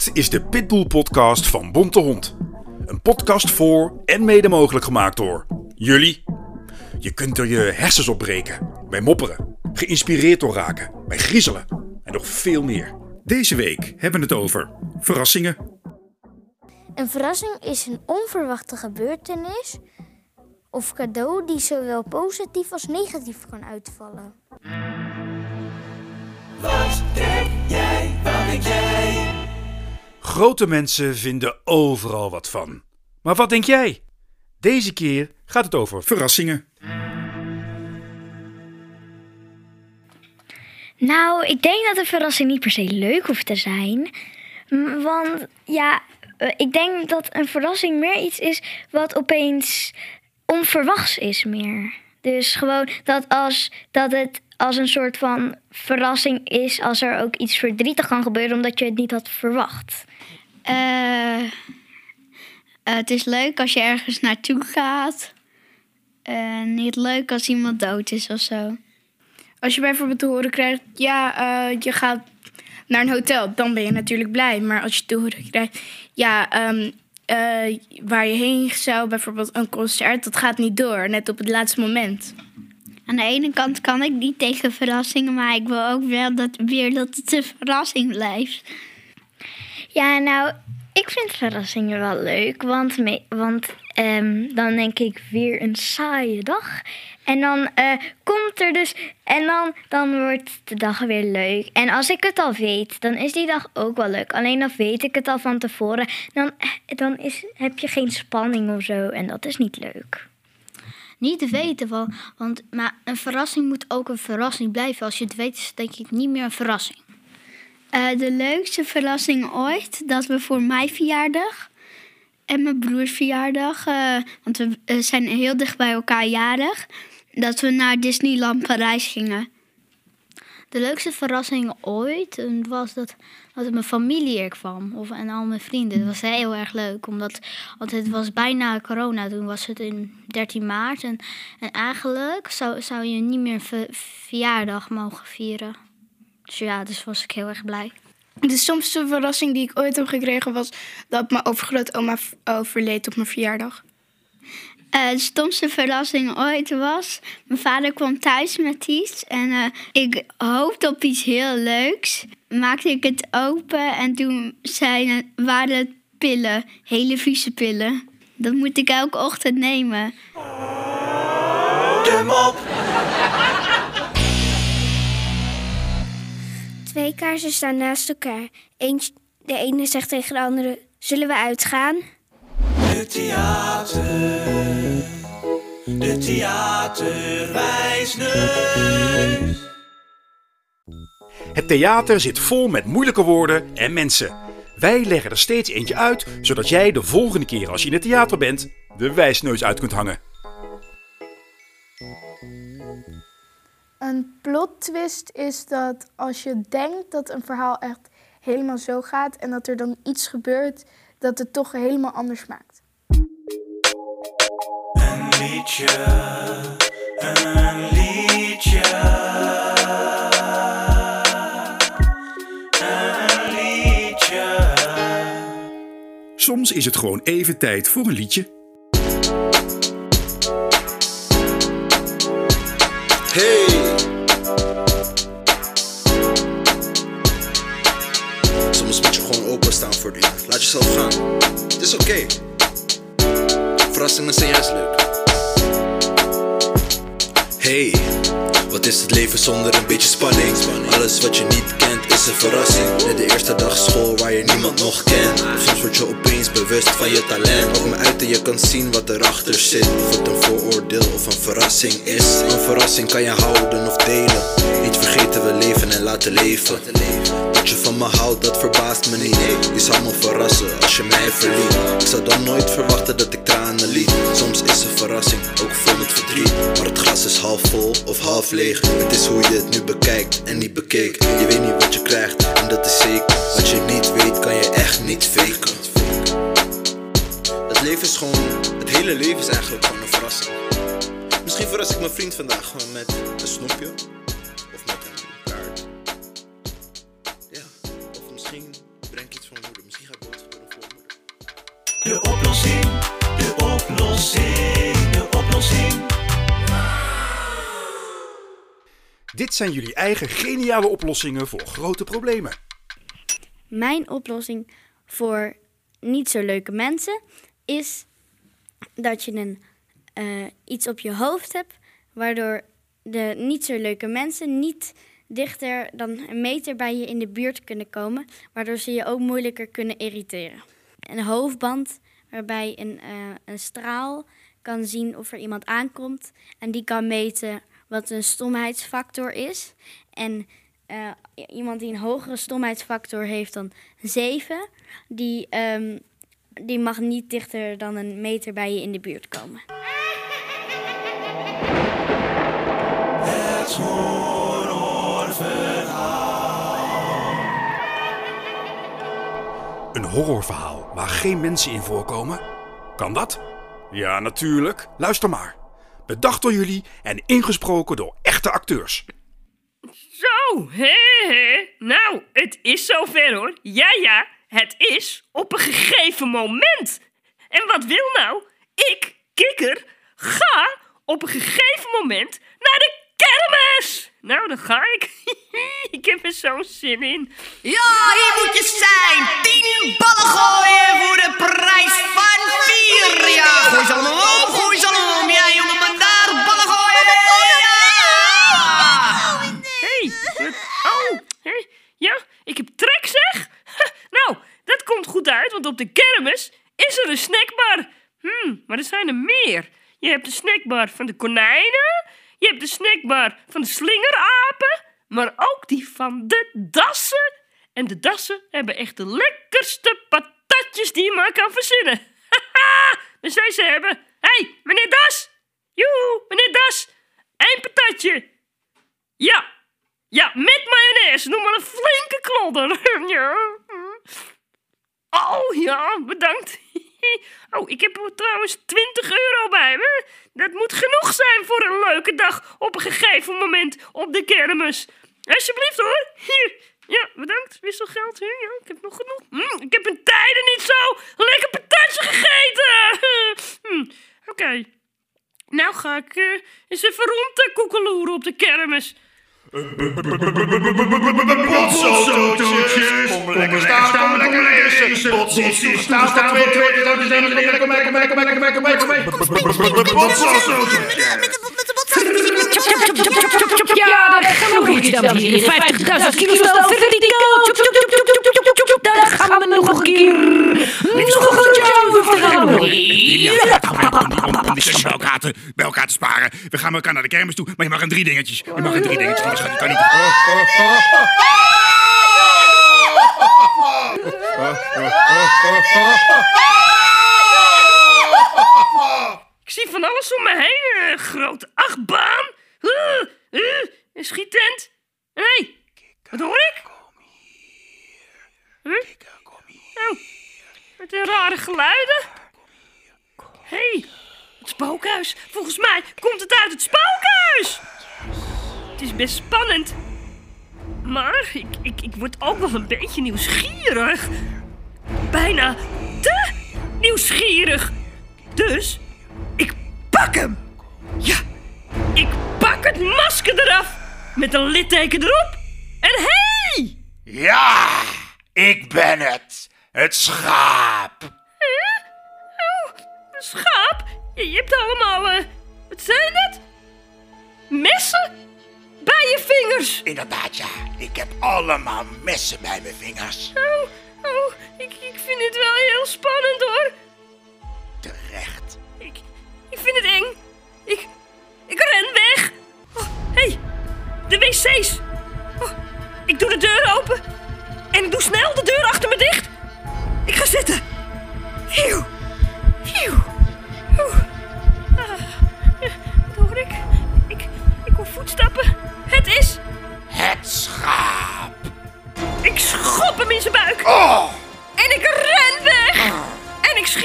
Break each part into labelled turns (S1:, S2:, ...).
S1: Dit is de Pitbull-podcast van Bonte Hond. Een podcast voor en mede mogelijk gemaakt door jullie. Je kunt er je hersens op breken, bij mopperen, geïnspireerd door raken, bij griezelen en nog veel meer. Deze week hebben we het over verrassingen.
S2: Een verrassing is een onverwachte gebeurtenis of cadeau die zowel positief als negatief kan uitvallen.
S3: Wat denk jij, wat denk jij?
S1: Grote mensen vinden overal wat van. Maar wat denk jij? Deze keer gaat het over verrassingen.
S4: Nou, ik denk dat een verrassing niet per se leuk hoeft te zijn. Want ja, ik denk dat een verrassing meer iets is wat opeens onverwachts is meer. Dus gewoon dat het als een soort van verrassing is als er ook iets verdrietig kan gebeuren omdat je het niet had verwacht.
S5: Het is leuk als je ergens naartoe gaat. Niet leuk als iemand dood is of zo.
S6: Als je bijvoorbeeld te horen krijgt, je gaat naar een hotel, dan ben je natuurlijk blij. Maar als je te horen krijgt, waar je heen zou, bijvoorbeeld een concert, dat gaat niet door, net op het laatste moment.
S5: Aan de ene kant kan ik niet tegen verrassingen, maar ik wil ook wel dat het een verrassing blijft.
S4: Ja, nou, ik vind verrassingen wel leuk, want dan denk ik weer een saaie dag. En dan komt er dus, en dan wordt de dag weer leuk. En als ik het al weet, dan is die dag ook wel leuk. Alleen dan weet ik het al van tevoren. Heb je geen spanning of zo en dat is niet leuk.
S5: Niet te weten, maar een verrassing moet ook een verrassing blijven. Als je het weet, is het denk ik niet meer een verrassing. De leukste verrassing ooit, dat we voor mijn verjaardag en mijn broers verjaardag, want we zijn heel dicht bij elkaar jarig, dat we naar Disneyland Parijs gingen. De leukste verrassing ooit was dat mijn familie er kwam en al mijn vrienden. Dat was heel erg leuk, want het was bijna corona. Toen was het in 13 maart en eigenlijk zou je niet meer een verjaardag mogen vieren. Dus was ik heel erg blij.
S6: De stomste verrassing die ik ooit heb gekregen was dat mijn overgrootoma overleed op mijn verjaardag.
S5: De stomste verrassing ooit was, mijn vader kwam thuis met iets en ik hoopte op iets heel leuks. Maakte ik het open en toen waren het pillen, hele vieze pillen. Dat moet ik elke ochtend nemen.
S3: De mop.
S2: 2 kaarsen staan naast elkaar. De ene zegt tegen de andere, zullen we uitgaan?
S3: De theaterwijsneus.
S1: Het theater zit vol met moeilijke woorden en mensen. Wij leggen er steeds eentje uit, zodat jij de volgende keer als je in het theater bent, de wijsneus uit kunt hangen.
S6: Een plot twist is dat als je denkt dat een verhaal echt helemaal zo gaat en dat er dan iets gebeurt dat het toch helemaal anders maakt.
S3: Een liedje, een liedje, een liedje.
S1: Soms is het gewoon even tijd voor een liedje.
S7: Hey! Soms moet je gewoon openstaan voor dingen. Laat jezelf gaan. Het is oké. Verrassingen zijn juist leuk. Hey, wat is het leven zonder een beetje spanning? Alles wat je niet kent is een verrassing. Net de eerste dag school waar je niemand nog kent. Soms word je opeens bewust van je talent. Ook maar uit en je kan zien wat erachter zit. Of het een vooroordeel of een verrassing is. Een verrassing kan je houden of delen. Niet vergeten we leven en laten leven. Dat je van me houdt, dat verbaast me niet. Je zou me verrassen als je mij verliet. Ik zou dan nooit verwachten dat ik tranen liet. Soms is een verrassing ook vol met verdriet. Maar het glas is half vol of half leeg. Het is hoe je het nu bekijkt en niet bekeek. Je weet niet wat je krijgt en dat is zeker. Wat je niet weet kan je echt niet faken. Het leven is gewoon, het hele leven is eigenlijk gewoon een verrassing. Misschien verras ik mijn vriend vandaag gewoon met een snoepje. Of met een kaart. Ja, of misschien breng ik iets van mijn moeder. Misschien
S1: Dit zijn jullie eigen geniale oplossingen voor grote problemen.
S8: Mijn oplossing voor niet zo leuke mensen is dat je iets op je hoofd hebt, waardoor de niet zo leuke mensen niet dichter dan 1 meter bij je in de buurt kunnen komen, waardoor ze je ook moeilijker kunnen irriteren. Een hoofdband waarbij een straal kan zien of er iemand aankomt en die kan meten wat een stomheidsfactor is. En iemand die een hogere stomheidsfactor heeft dan 7, die mag niet dichter dan 1 meter bij je in de buurt komen.
S3: Het horrorverhaal.
S1: Een horrorverhaal waar geen mensen in voorkomen? Kan dat? Ja, natuurlijk. Luister maar. Bedacht door jullie en ingesproken door echte acteurs.
S9: Zo, hè. Nou, het is zover hoor. Ja, het is op een gegeven moment. En wat wil nou? Ik, Kikker, ga op een gegeven moment naar de kermis. Nou, dan ga ik. Ik heb er zo'n zin in.
S10: Ja, hier moet je zijn. 10 ballen gooien voor de prijs van 4. Ja, gooi ze allemaal om, gooi ze allemaal om. Ja, jongen, maar daar ballen gooien.
S9: Hey. Ja, ik heb trek zeg. Nou, dat komt goed uit, want op de kermis is er een snackbar. Maar er zijn er meer. Je hebt de snackbar van de konijnen. Je hebt de snackbar van de slingerapen. Maar ook die van de dassen. En de dassen hebben echt de lekkerste patatjes die je maar kan verzinnen. Dan zou je ze hebben. Hé, meneer Das. Joe, meneer Das. 1 patatje. Ja, met mayonaise. Noem maar een flinke klodder. Ja. Oh, ja, bedankt. Oh, ik heb trouwens 20 euro bij me. Dat moet genoeg zijn voor een leuke dag op een gegeven moment op de kermis. Alsjeblieft hoor. Hier. Ja, bedankt. Wisselgeld. Ja, ik heb nog genoeg. Ik heb in tijden niet zo lekker patatje gegeten. Oké. Nou ga ik eens even rond te koekeloeren op de kermis.
S11: Botsautootjes, kom lekker staan, kom lekker racen. Botsautootjes, staan, 2,
S12: Ja, daar gaan we nog iets, dames en heren. 50.000 kilo stel verticaal. Daar gaan we nog een keer. Nog een
S1: Om bij elkaar te sparen. We gaan met elkaar naar de kermis toe, maar je mag een 3 dingetjes. Je mag een 3 dingetjes. Die schat, je kan niet.
S9: Ik zie van alles om me heen. Grote achtbaan. Een schietent. Hé, wat hoor ik?
S1: Kom hier. Kom hier.
S9: Oh, met een rare geluiden. Hé, het spookhuis. Volgens mij komt het uit het spookhuis. Het is best spannend. Maar ik word ook wel een beetje nieuwsgierig. Bijna te nieuwsgierig. Dus ik pak hem. Ja, ik pak het masker eraf. Met een litteken erop. En hé!
S11: Ja, ik ben het. Het schaap.
S9: Oh, een schaap? Je hebt allemaal, wat zijn dat? Messen? Bij je vingers?
S11: Inderdaad, ja. Ik heb allemaal messen bij mijn vingers.
S9: Oh, ik vind het wel heel spannend hoor.
S11: Terecht.
S9: Ik vind het eng. Ik ren weg. Oh, hé, de wc's. Oh, ik doe de deur open. En ik doe snel de deur achter me dicht. Ik ga zitten. Hieuw. Wat hoor ik? Ik hoor voetstappen. Het is...
S11: Het schaap.
S9: Ik schop hem in zijn buik.
S11: Oh.
S9: En ik ren weg. En ik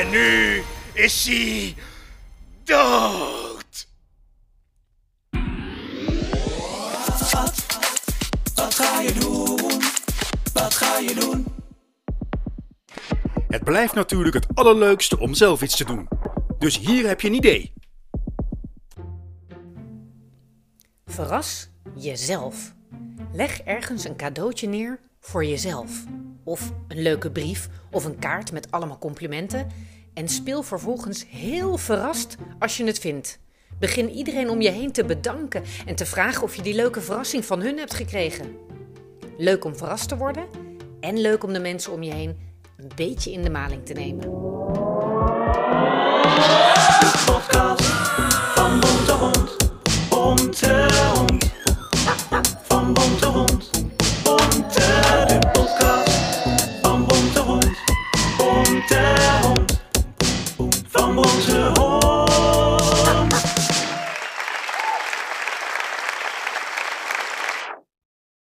S11: En nu is hij dood.
S3: Wat ga je doen? Wat ga je doen?
S1: Het blijft natuurlijk het allerleukste om zelf iets te doen. Dus hier heb je een idee.
S12: Verras jezelf. Leg ergens een cadeautje neer voor jezelf. Of een leuke brief of een kaart met allemaal complimenten. En speel vervolgens heel verrast als je het vindt. Begin iedereen om je heen te bedanken en te vragen of je die leuke verrassing van hun hebt gekregen. Leuk om verrast te worden en leuk om de mensen om je heen een beetje in de maling te nemen.
S3: Podcast